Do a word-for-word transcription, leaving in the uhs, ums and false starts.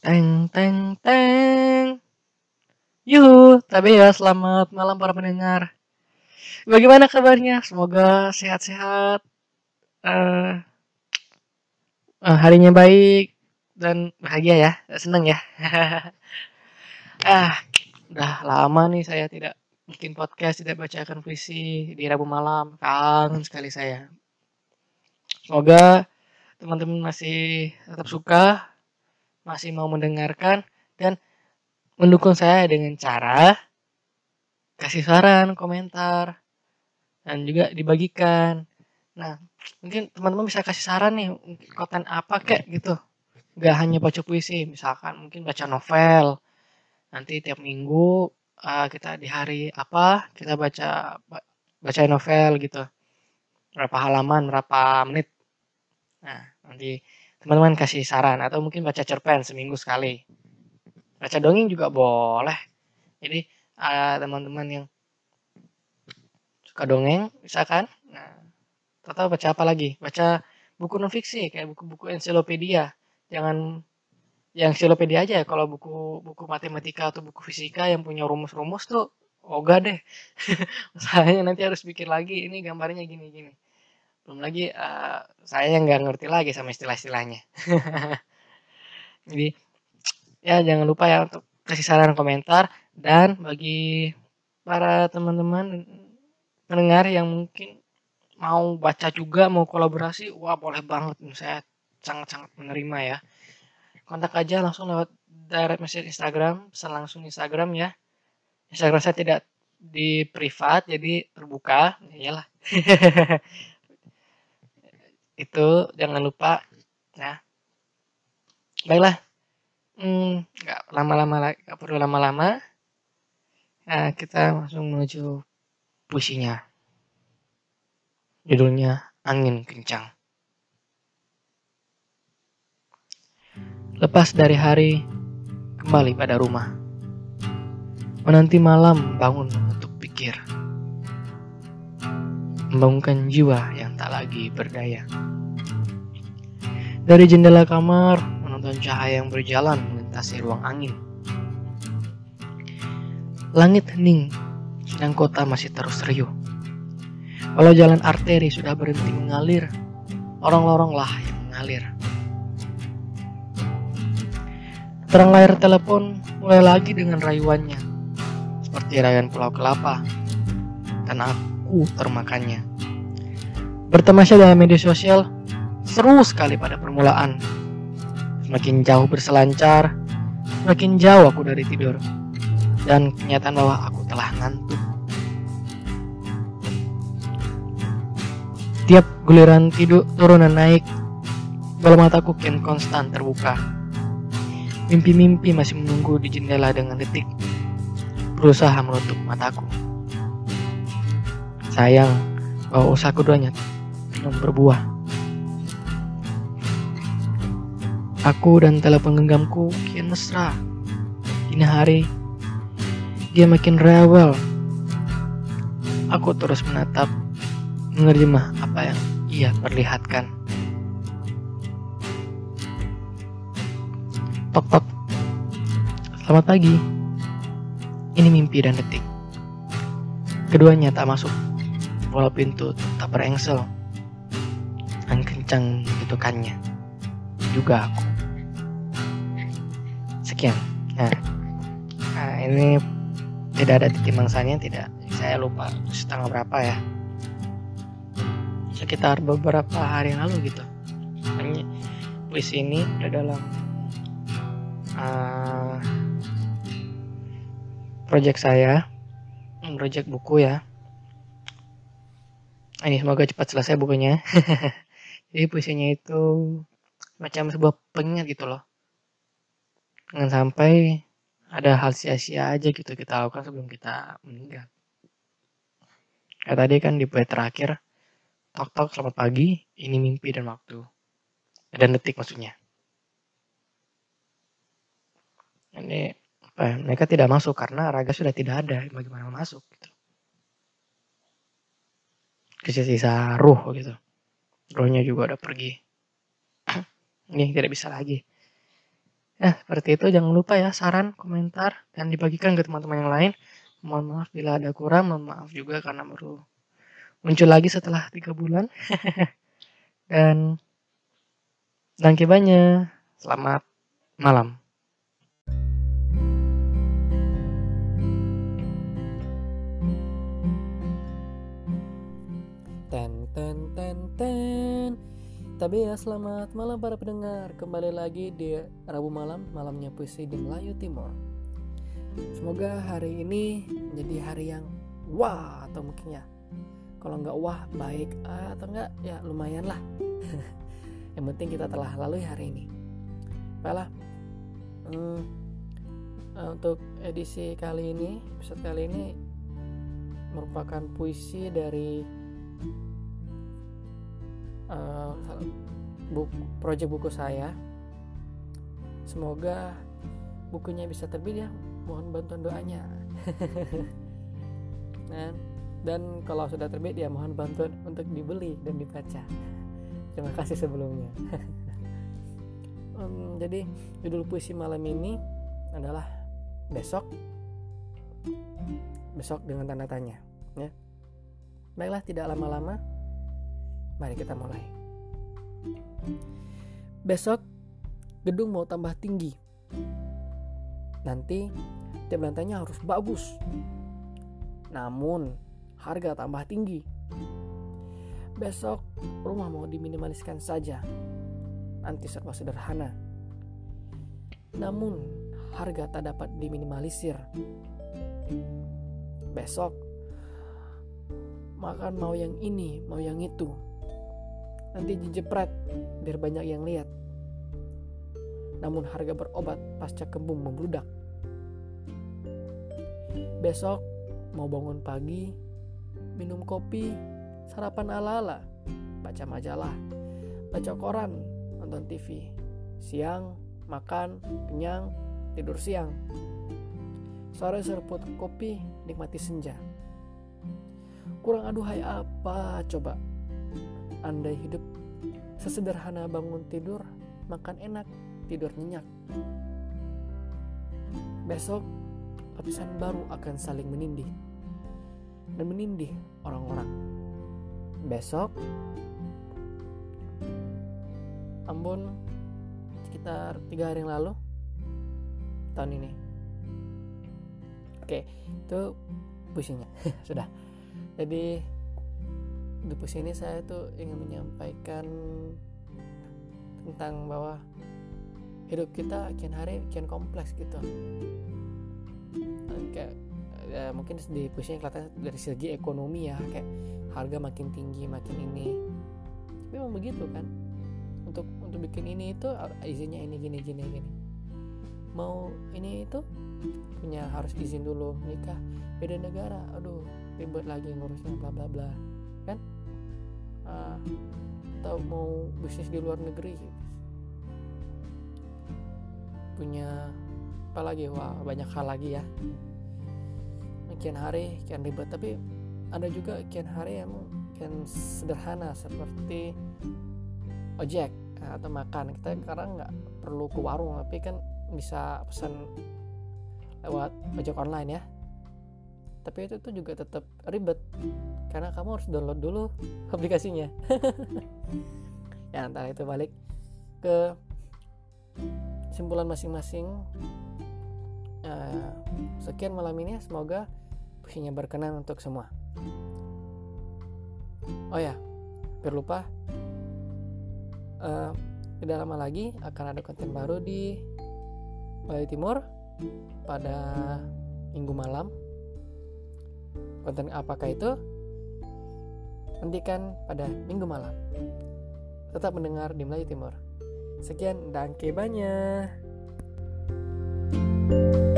Teng teng teng. Yuhu, tapi ya selamat malam para pendengar. Bagaimana kabarnya? Semoga sehat-sehat. eh eh, harinya baik dan bahagia ya. Seneng ya. ah, udah lama nih saya tidak bikin podcast, tidak bacakan puisi di Rabu malam. Kangen sekali saya. Semoga teman-teman masih tetap suka, masih mau mendengarkan dan mendukung saya dengan cara kasih saran, komentar, dan juga dibagikan. Nah, mungkin teman-teman bisa kasih saran nih, konten apa kek gitu. Gak hanya baca puisi, misalkan mungkin baca novel. Nanti tiap minggu uh, kita di hari apa kita baca baca novel gitu. Berapa halaman, berapa menit. Nah, nanti teman-teman kasih saran atau mungkin baca cerpen seminggu sekali. Baca dongeng juga boleh. Jadi uh, teman-teman yang suka dongeng misalkan, nah atau baca apa lagi? Baca buku non fiksi kayak buku-buku ensiklopedia. Jangan yang ensiklopedia aja ya. Kalau buku buku matematika atau buku fisika yang punya rumus-rumus tuh ogah deh. Saya nanti harus pikir lagi ini gambarnya gini-gini. Belum lagi uh, saya nggak ngerti lagi sama istilah-istilahnya. Jadi ya jangan lupa ya untuk kasih saran komentar dan bagi para teman-teman pendengar yang mungkin mau baca juga, mau kolaborasi, wah boleh banget. Saya sangat-sangat menerima ya. Kontak aja langsung lewat direct message Instagram, pesan langsung Instagram ya. Instagram saya tidak di privat, jadi terbuka. Iyalah. Itu jangan lupa. Nah, baiklah. Hmm, nggak lama-lama lagi, nggak perlu lama-lama. Nah, kita langsung menuju puisinya. Judulnya Angin Kencang. Lepas dari hari, kembali pada rumah. Menanti malam bangun untuk pikir. Membangunkan jiwa yang tak lagi berdaya. Dari jendela kamar, menonton cahaya yang berjalan melintasi ruang angin. Langit hening, sedang kota masih terus riuh. Walau jalan arteri sudah berhenti mengalir, lorong-loronglah yang mengalir. Terang layar telepon mulai lagi dengan rayuannya, seperti rayuan Pulau Kelapa, dan aku termakannya. Bertamasya dalam media sosial seru sekali pada permulaan. Semakin jauh berselancar, semakin jauh aku dari tidur, dan kenyataan bahwa aku telah ngantuk. Tiap guliran tidur turun dan naik, bola mataku kian konstan terbuka. Mimpi-mimpi masih menunggu di jendela dengan detik, berusaha menutup mataku. Sayang bahwa usaha keduanya belum berbuah. Aku dan telepon genggamku kian mesra. Dini hari, dia makin rewel. Aku terus menatap, menerjemah apa yang ia perlihatkan. Tok tok. Selamat pagi. Ini mimpi dan detik. Keduanya tak masuk. Walau pintu tak berengsel. Angin kencang ketukannya. Juga aku. Sekian. Nah, nah ini tidak ada titik mangsanya, tidak. Saya lupa setengah berapa ya. Sekitar beberapa hari yang lalu gitu. Ini puisi ini udah dalam uh, project saya, project buku ya. Ini semoga cepat selesai bukunya. Jadi puisinya itu macam sebuah pengingat gitu loh. Jangan sampai ada hal sia-sia aja gitu kita lakukan sebelum kita meninggal. Kayak tadi kan di poin terakhir, tok tok selamat pagi, ini mimpi dan waktu. Dan detik maksudnya. Ini apa ya, mereka tidak masuk karena raga sudah tidak ada, bagaimana masuk gitu. Sisa-sisa ruh gitu. Ruhnya juga udah pergi. Ini tidak bisa lagi. Nah, seperti itu. Jangan lupa ya saran, komentar, dan dibagikan ke teman-teman yang lain. Mohon maaf bila ada kurang, mohon maaf juga karena baru muncul lagi setelah tiga bulan. Dan danke banyak. Selamat malam. Ten ten ten ten. Tapi ya, selamat malam para pendengar. Kembali lagi di Rabu malam, malamnya puisi di Melayu Timur. Semoga hari ini menjadi hari yang wah, atau mungkin ya kalau nggak wah baik, atau nggak ya lumayan lah. Yang penting kita telah lalui hari ini. Baiklah, hmm, untuk edisi kali ini, episode kali ini merupakan puisi dari uh, buku, project buku saya. Semoga bukunya bisa terbit ya, mohon bantuan doanya. Nah, dan kalau sudah terbit ya mohon bantuan untuk dibeli dan dibaca. Terima kasih sebelumnya. um, Jadi judul puisi malam ini adalah besok. Besok dengan tanda tanya ya. Baiklah, tidak lama-lama, mari kita mulai. Besok gedung mau tambah tinggi. Nanti tiap lantainya harus bagus. Namun harga tambah tinggi. Besok rumah mau diminimaliskan saja. Nanti serba sederhana. Namun harga tak dapat diminimalisir. Besok makan mau yang ini, mau yang itu. Nanti dijepret biar banyak yang lihat. Namun harga berobat pasca kembung membludak. Besok mau bangun pagi, minum kopi, sarapan ala-ala, baca majalah, baca koran, nonton T V. Siang makan, kenyang, tidur siang. Sore seruput kopi, nikmati senja. Kurang aduhai apa coba? Andai hidup sesederhana bangun tidur, makan enak, tidur nyenyak. Besok lapisan baru akan saling menindih dan menindih orang-orang. Besok Ambon sekitar tiga hari yang lalu tahun ini. Oke, itu puisinya. Sudah. Jadi di puisi ini saya tuh ingin menyampaikan tentang bahwa hidup kita kian hari kian kompleks gitu. Kayak ya, mungkin di puisinya kelihatan dari segi ekonomi ya, kayak harga makin tinggi, makin ini. Tapi memang begitu kan. Untuk untuk bikin ini itu izinnya ini gini gini gini. Mau ini itu punya harus izin dulu, nikah beda negara, aduh ribet lagi ngurusnya bla bla bla kan. Uh, atau mau bisnis di luar negeri punya apa lagi, wah banyak hal lagi ya. Kian hari kian ribet, tapi ada juga kian hari yang kian sederhana seperti ojek atau makan. Kita sekarang nggak perlu ke warung, tapi kan bisa pesan lewat ojek online ya. Tapi itu tuh juga tetap ribet karena kamu harus download dulu aplikasinya. Ya, antara itu balik ke kesimpulan masing-masing. Uh, sekian malam ini, semoga puisinya berkenan untuk semua. Oh ya, hampir lupa, uh, tidak lama lagi akan ada konten baru di Melayu Timur pada minggu malam. Konten apakah itu? Nantikan pada minggu malam. Tetap mendengar di Melayu Timur. Sekian, danke banyak.